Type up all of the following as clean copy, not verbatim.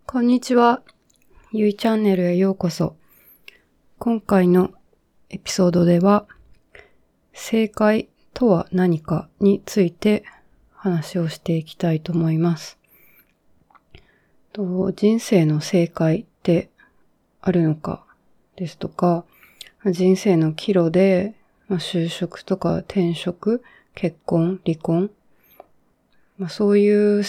こんにちは。ゆいチャンネルへようこそ。今回のエピソードでは、正解とは何かについて話をしていきたいと思います。人生の正解ってあるのかですとか、人生の岐路で、就職とか転職、結婚、離婚、そういう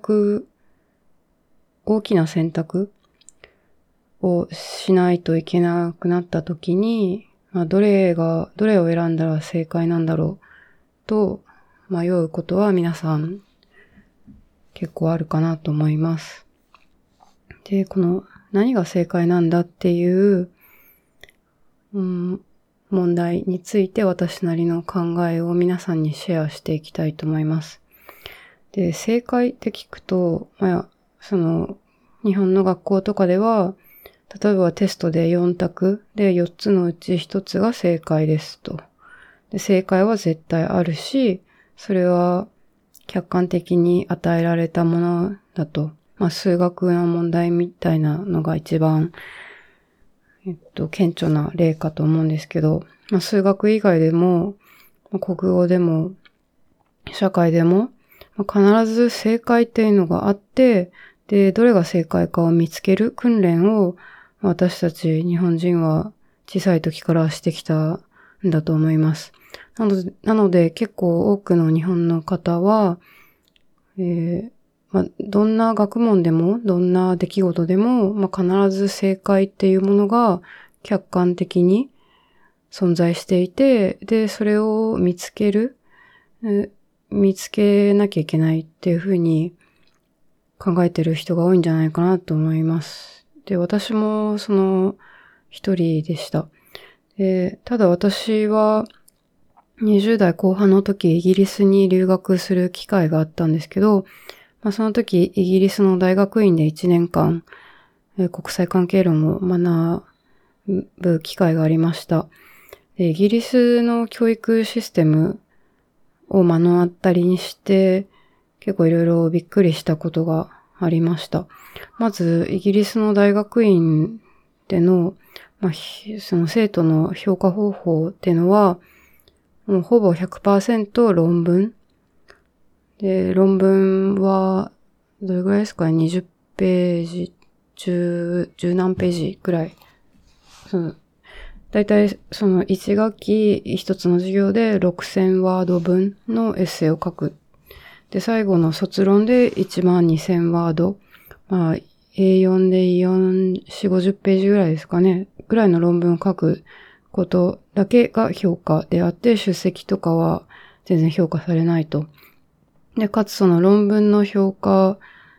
大きな選択をしないといけなくなった時に、どれを選んだら正解なんだろうと迷うことは皆さん結構あるかなと思います。で、この何が正解なんだっていう、問題について私なりの考えを皆さんにシェアしていきたいと思います。で、正解って聞くと、日本の学校とかでは、例えばテストで4択で4つのうち1つが正解ですと。で、正解は絶対あるし、それは客観的に与えられたものだと。数学の問題みたいなのが一番、顕著な例かと思うんですけど、数学以外でも、国語でも、社会でも、必ず正解っていうのがあって、で、どれが正解かを見つける訓練を私たち日本人は小さい時からしてきたんだと思います。なので結構多くの日本の方は、どんな学問でも、どんな出来事でも、必ず正解っていうものが客観的に存在していて、で、それを見つけなきゃいけないっていうふうに考えてる人が多いんじゃないかなと思います。で、私もその一人でした。ただ私は20代後半の時イギリスに留学する機会があったんですけど、その時イギリスの大学院で1年間国際関係論を学ぶ機会がありました。イギリスの教育システムを目の当たりにして結構いろいろびっくりしたことがありました。まずイギリスの大学院での、その生徒の評価方法っていうのはもうほぼ 100% 論文で、論文はどれぐらいですかね、20ページ、10何ページくらい。だいたいその1学期1つの授業で6000ワード分のエッセイを書く。で、最後の卒論で12000ワード。A4 で4、50ページぐらいですかね。ぐらいの論文を書くことだけが評価であって、出席とかは全然評価されないと。で、かつその論文の評価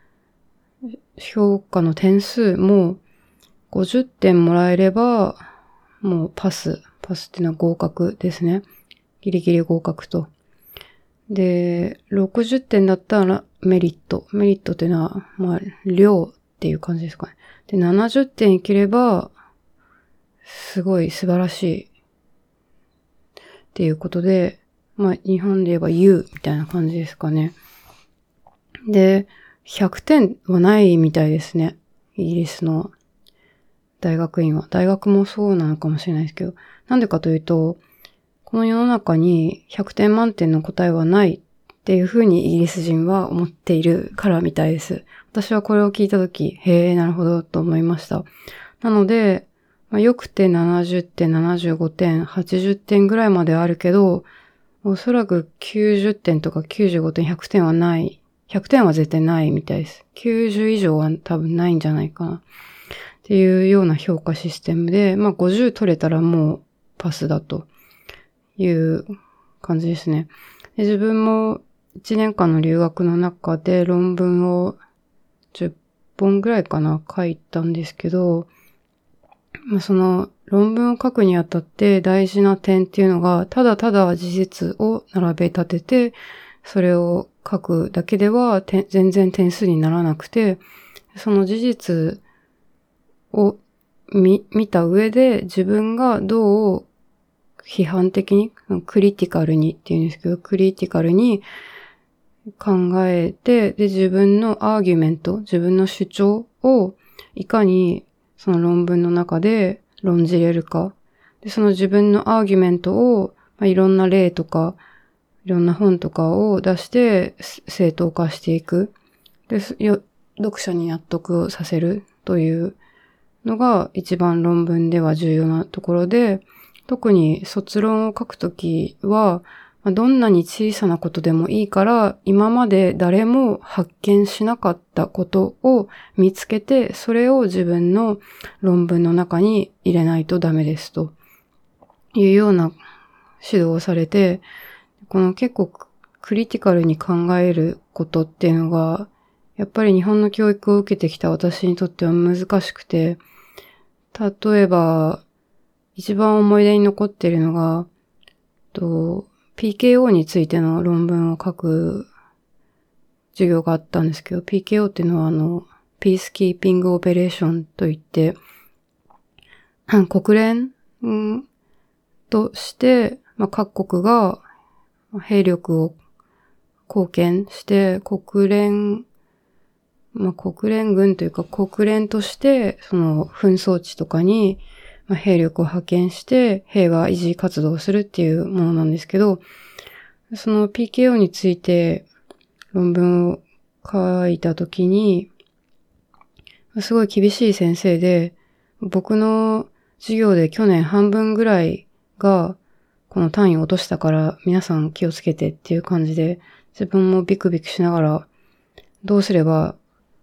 の点数も50点もらえれば、もうパスっていうのは合格ですね。ギリギリ合格と。で、60点だったらメリットっていうのは、量っていう感じですかね。で、70点いければ、すごい素晴らしいっていうことで、日本で言えば U みたいな感じですかね。で、100点はないみたいですね。イギリスの大学院は。大学もそうなのかもしれないですけど。なんでかというと、この世の中に100点満点の答えはないっていうふうにイギリス人は思っているからみたいです。私はこれを聞いたとき、なるほどと思いました。なので、よくて70点、75点、80点ぐらいまであるけど、おそらく90点とか95点、100点はない。100点は絶対ないみたいです。90以上は多分ないんじゃないかな。っていうような評価システムで、50取れたらもうパスだという感じですね。で、自分も1年間の留学の中で論文を10本ぐらいかな書いたんですけど、その論文を書くにあたって大事な点っていうのが、ただただ事実を並べ立てて、それを書くだけでは全然点数にならなくて、その事実を見た上で自分がどう批判的に、クリティカルにっていうんですけど、クリティカルに考えて、で、自分のアーギュメント、自分の主張をいかにその論文の中で論じれるか。で、その自分のアーギュメントを、いろんな例とか、いろんな本とかを出して正当化していく。で、読者に納得をさせるというのが一番論文では重要なところで、特に卒論を書くときは、どんなに小さなことでもいいから、今まで誰も発見しなかったことを見つけて、それを自分の論文の中に入れないとダメですというような指導をされて、この結構クリティカルに考えることっていうのが、やっぱり日本の教育を受けてきた私にとっては難しくて、例えば、一番思い出に残っているのが、PKO についての論文を書く授業があったんですけど、PKO っていうのはピースキーピングオペレーションといって、国連として、各国が兵力を貢献して、国連軍というか国連として、その紛争地とかに、兵力を派遣して平和維持活動をするっていうものなんですけど、その PKO について論文を書いたときに、すごい厳しい先生で、僕の授業で去年半分ぐらいがこの単位を落としたから皆さん気をつけてっていう感じで、自分もビクビクしながらどうすれば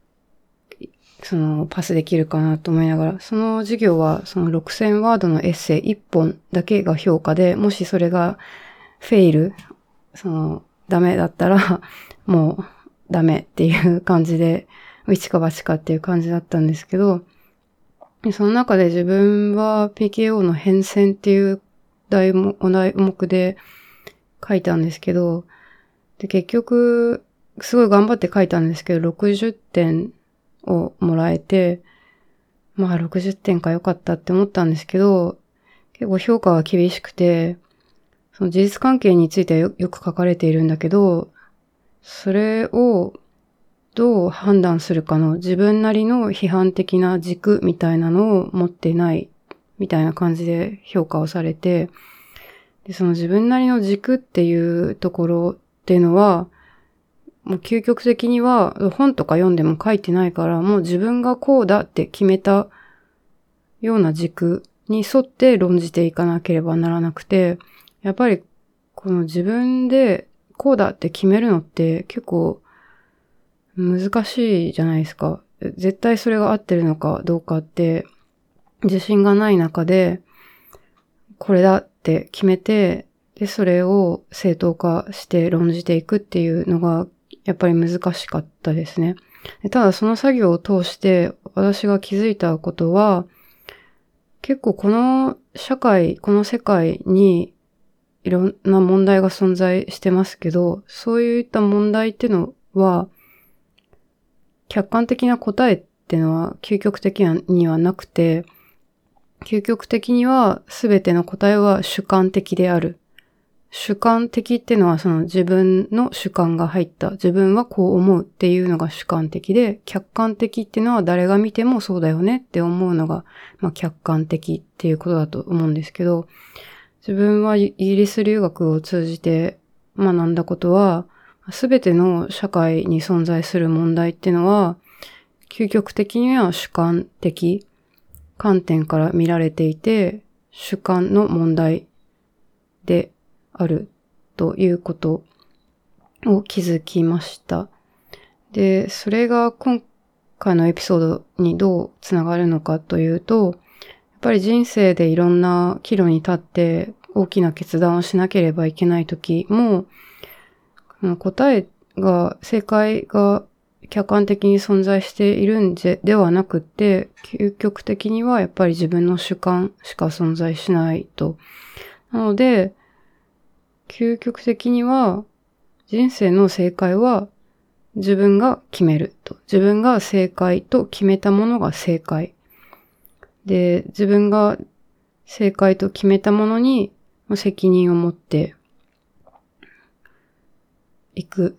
パスできるかなと思いながら、その授業はその6000ワードのエッセイ1本だけが評価で、もしそれがフェイル、ダメだったら、もうダメっていう感じで、一か八かっていう感じだったんですけど、その中で自分は PKO の変遷っていう題目で書いたんですけど、で結局、すごい頑張って書いたんですけど、60点をもらえて、60点か良かったって思ったんですけど、結構評価は厳しくて、その事実関係についてはよく書かれているんだけど、それをどう判断するかの自分なりの批判的な軸みたいなのを持っていないみたいな感じで評価をされて、でその自分なりの軸っていうところっていうのは、もう究極的には本とか読んでも書いてないから、もう自分がこうだって決めたような軸に沿って論じていかなければならなくて、やっぱりこの自分でこうだって決めるのって結構難しいじゃないですか。絶対それが合ってるのかどうかって自信がない中で、これだって決めて、で、それを正当化して論じていくっていうのがやっぱり難しかったですね。ただその作業を通して私が気づいたことは、結構この社会、この世界にいろんな問題が存在してますけど、そういった問題っていうのは、客観的な答えっていうのは究極的にはなくて、究極的には全ての答えは主観的である。主観的っていうのはその自分の主観が入った。自分はこう思うっていうのが主観的で、客観的っていうのは誰が見てもそうだよねって思うのが、客観的っていうことだと思うんですけど、自分はイギリス留学を通じて学んだことは、すべての社会に存在する問題っていうのは、究極的には主観的観点から見られていて、主観の問題であるということを気づきました。で、それが今回のエピソードにどうつながるのかというと、やっぱり人生でいろんな岐路に立って大きな決断をしなければいけないときも、答えが、正解が客観的に存在しているんではなくって、究極的にはやっぱり自分の主観しか存在しないと。なので、究極的には人生の正解は自分が決めると。自分が正解と決めたものが正解。で、自分が正解と決めたものに責任を持っていくっ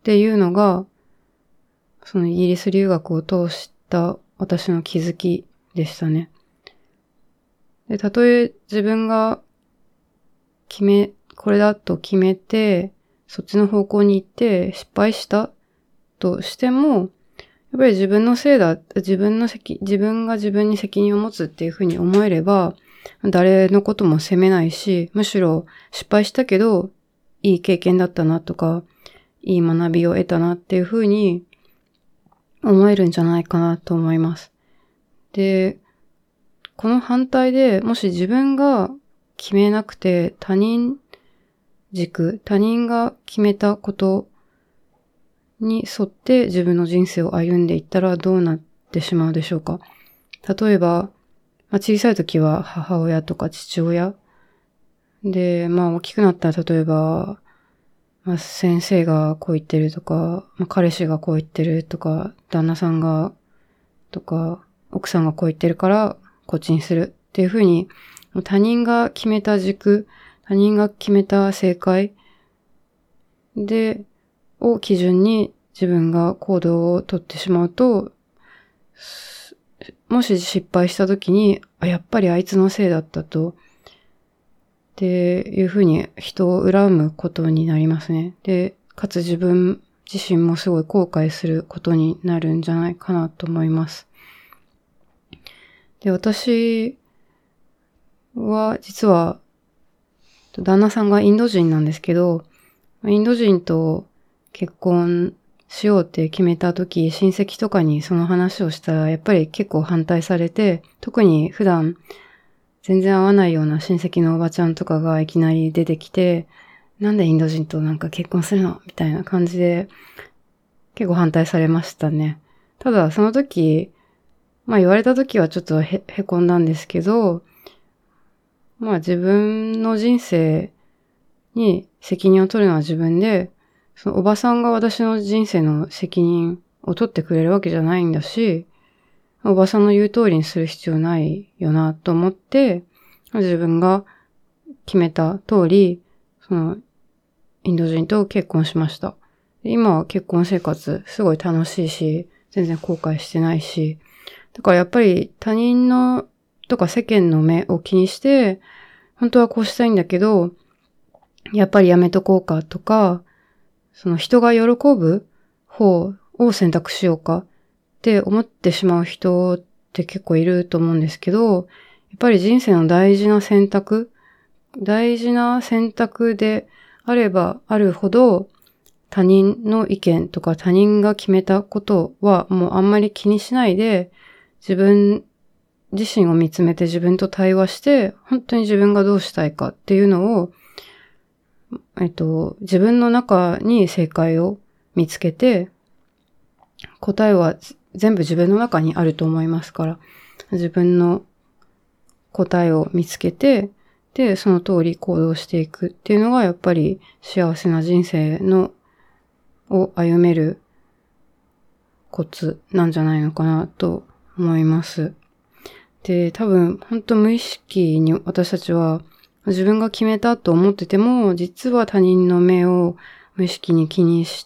っていうのが、そのイギリス留学を通した私の気づきでしたね。で、たとえ自分がこれだと決めて、そっちの方向に行って失敗したとしても、やっぱり自分のせいだ、自分が自分に責任を持つっていうふうに思えれば、誰のことも責めないし、むしろ失敗したけど、いい経験だったなとか、いい学びを得たなっていうふうに思えるんじゃないかなと思います。で、この反対でもし自分が決めなくて他人が決めたことに沿って自分の人生を歩んでいったらどうなってしまうでしょうか。例えば、小さい時は母親とか父親で、大きくなったら例えば、先生がこう言ってるとか、彼氏がこう言ってるとか、旦那さんがとか、奥さんがこう言ってるからこっちにするっていうふうに、他人が決めた軸、他人が決めた正解を基準に自分が行動をとってしまうと、もし失敗した時に、やっぱりあいつのせいだったと、っていうふうに人を恨むことになりますね。で、かつ自分自身もすごい後悔することになるんじゃないかなと思います。で、私は実は旦那さんがインド人なんですけど、インド人と結婚しようって決めた時、親戚とかにその話をしたらやっぱり結構反対されて、特に普段全然会わないような親戚のおばちゃんとかがいきなり出てきて、なんでインド人となんか結婚するのみたいな感じで結構反対されましたね。ただその時、言われた時はちょっとへこんだんですけど、自分の人生に責任を取るのは自分で、そのおばさんが私の人生の責任を取ってくれるわけじゃないんだし、おばさんの言う通りにする必要ないよなと思って、自分が決めた通り、そのインド人と結婚しました。今は結婚生活すごい楽しいし、全然後悔してないし、だからやっぱり他人のとか世間の目を気にして、本当はこうしたいんだけど、やっぱりやめとこうかとか、その人が喜ぶ方を選択しようかって思ってしまう人って結構いると思うんですけど、やっぱり人生の大事な選択であればあるほど、他人の意見とか他人が決めたことはもうあんまり気にしないで、自分自身を見つめて自分と対話して、本当に自分がどうしたいかっていうのを、自分の中に正解を見つけて、答えは全部自分の中にあると思いますから、自分の答えを見つけて、で、その通り行動していくっていうのがやっぱり幸せな人生を歩めるコツなんじゃないのかなと思います。で、多分本当無意識に私たちは自分が決めたと思ってても、実は他人の目を無意識に気にして、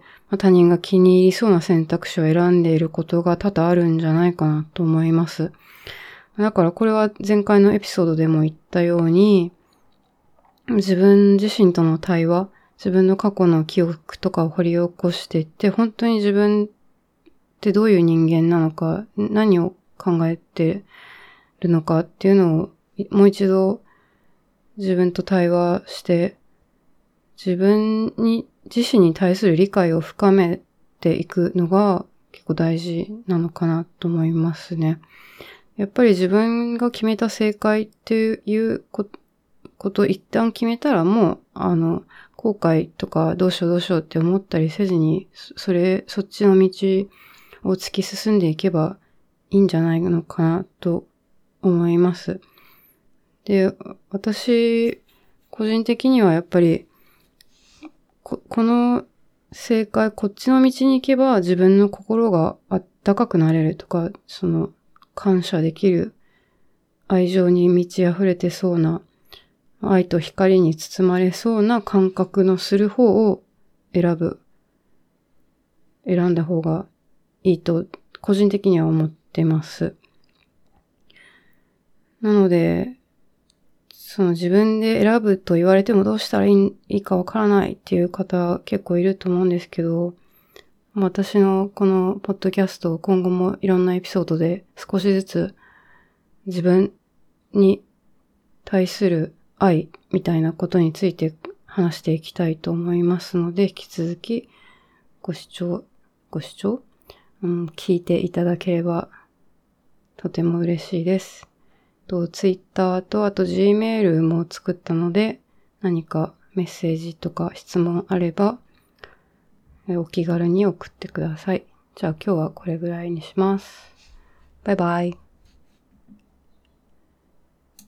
他人が気に入りそうな選択肢を選んでいることが多々あるんじゃないかなと思います。だからこれは前回のエピソードでも言ったように、自分自身との対話、自分の過去の記憶とかを掘り起こしていって、本当に自分ってどういう人間なのか、何を考えてるのかっていうのをもう一度自分と対話して、自身に対する理解を深めていくのが結構大事なのかなと思いますね。やっぱり自分が決めた正解っていうことを一旦決めたらもう、後悔とかどうしようって思ったりせずに、そっちの道を突き進んでいけばいいんじゃないのかなと思います。で、私、個人的にはやっぱり、この正解、こっちの道に行けば自分の心があったかくなれるとか、その感謝できる、愛情に満ち溢れてそうな、愛と光に包まれそうな感覚のする方を選ぶ選んだ方がいいと個人的には思ってます。なので、その自分で選ぶと言われてもどうしたらいいかわからないっていう方結構いると思うんですけど、私のこのポッドキャスト今後もいろんなエピソードで少しずつ自分に対する愛みたいなことについて話していきたいと思いますので、引き続きご視聴、聞いていただければとても嬉しいです。ツイッターとあと Gmail も作ったので、何かメッセージとか質問あればお気軽に送ってください。じゃあ今日はこれぐらいにします。バイバイ。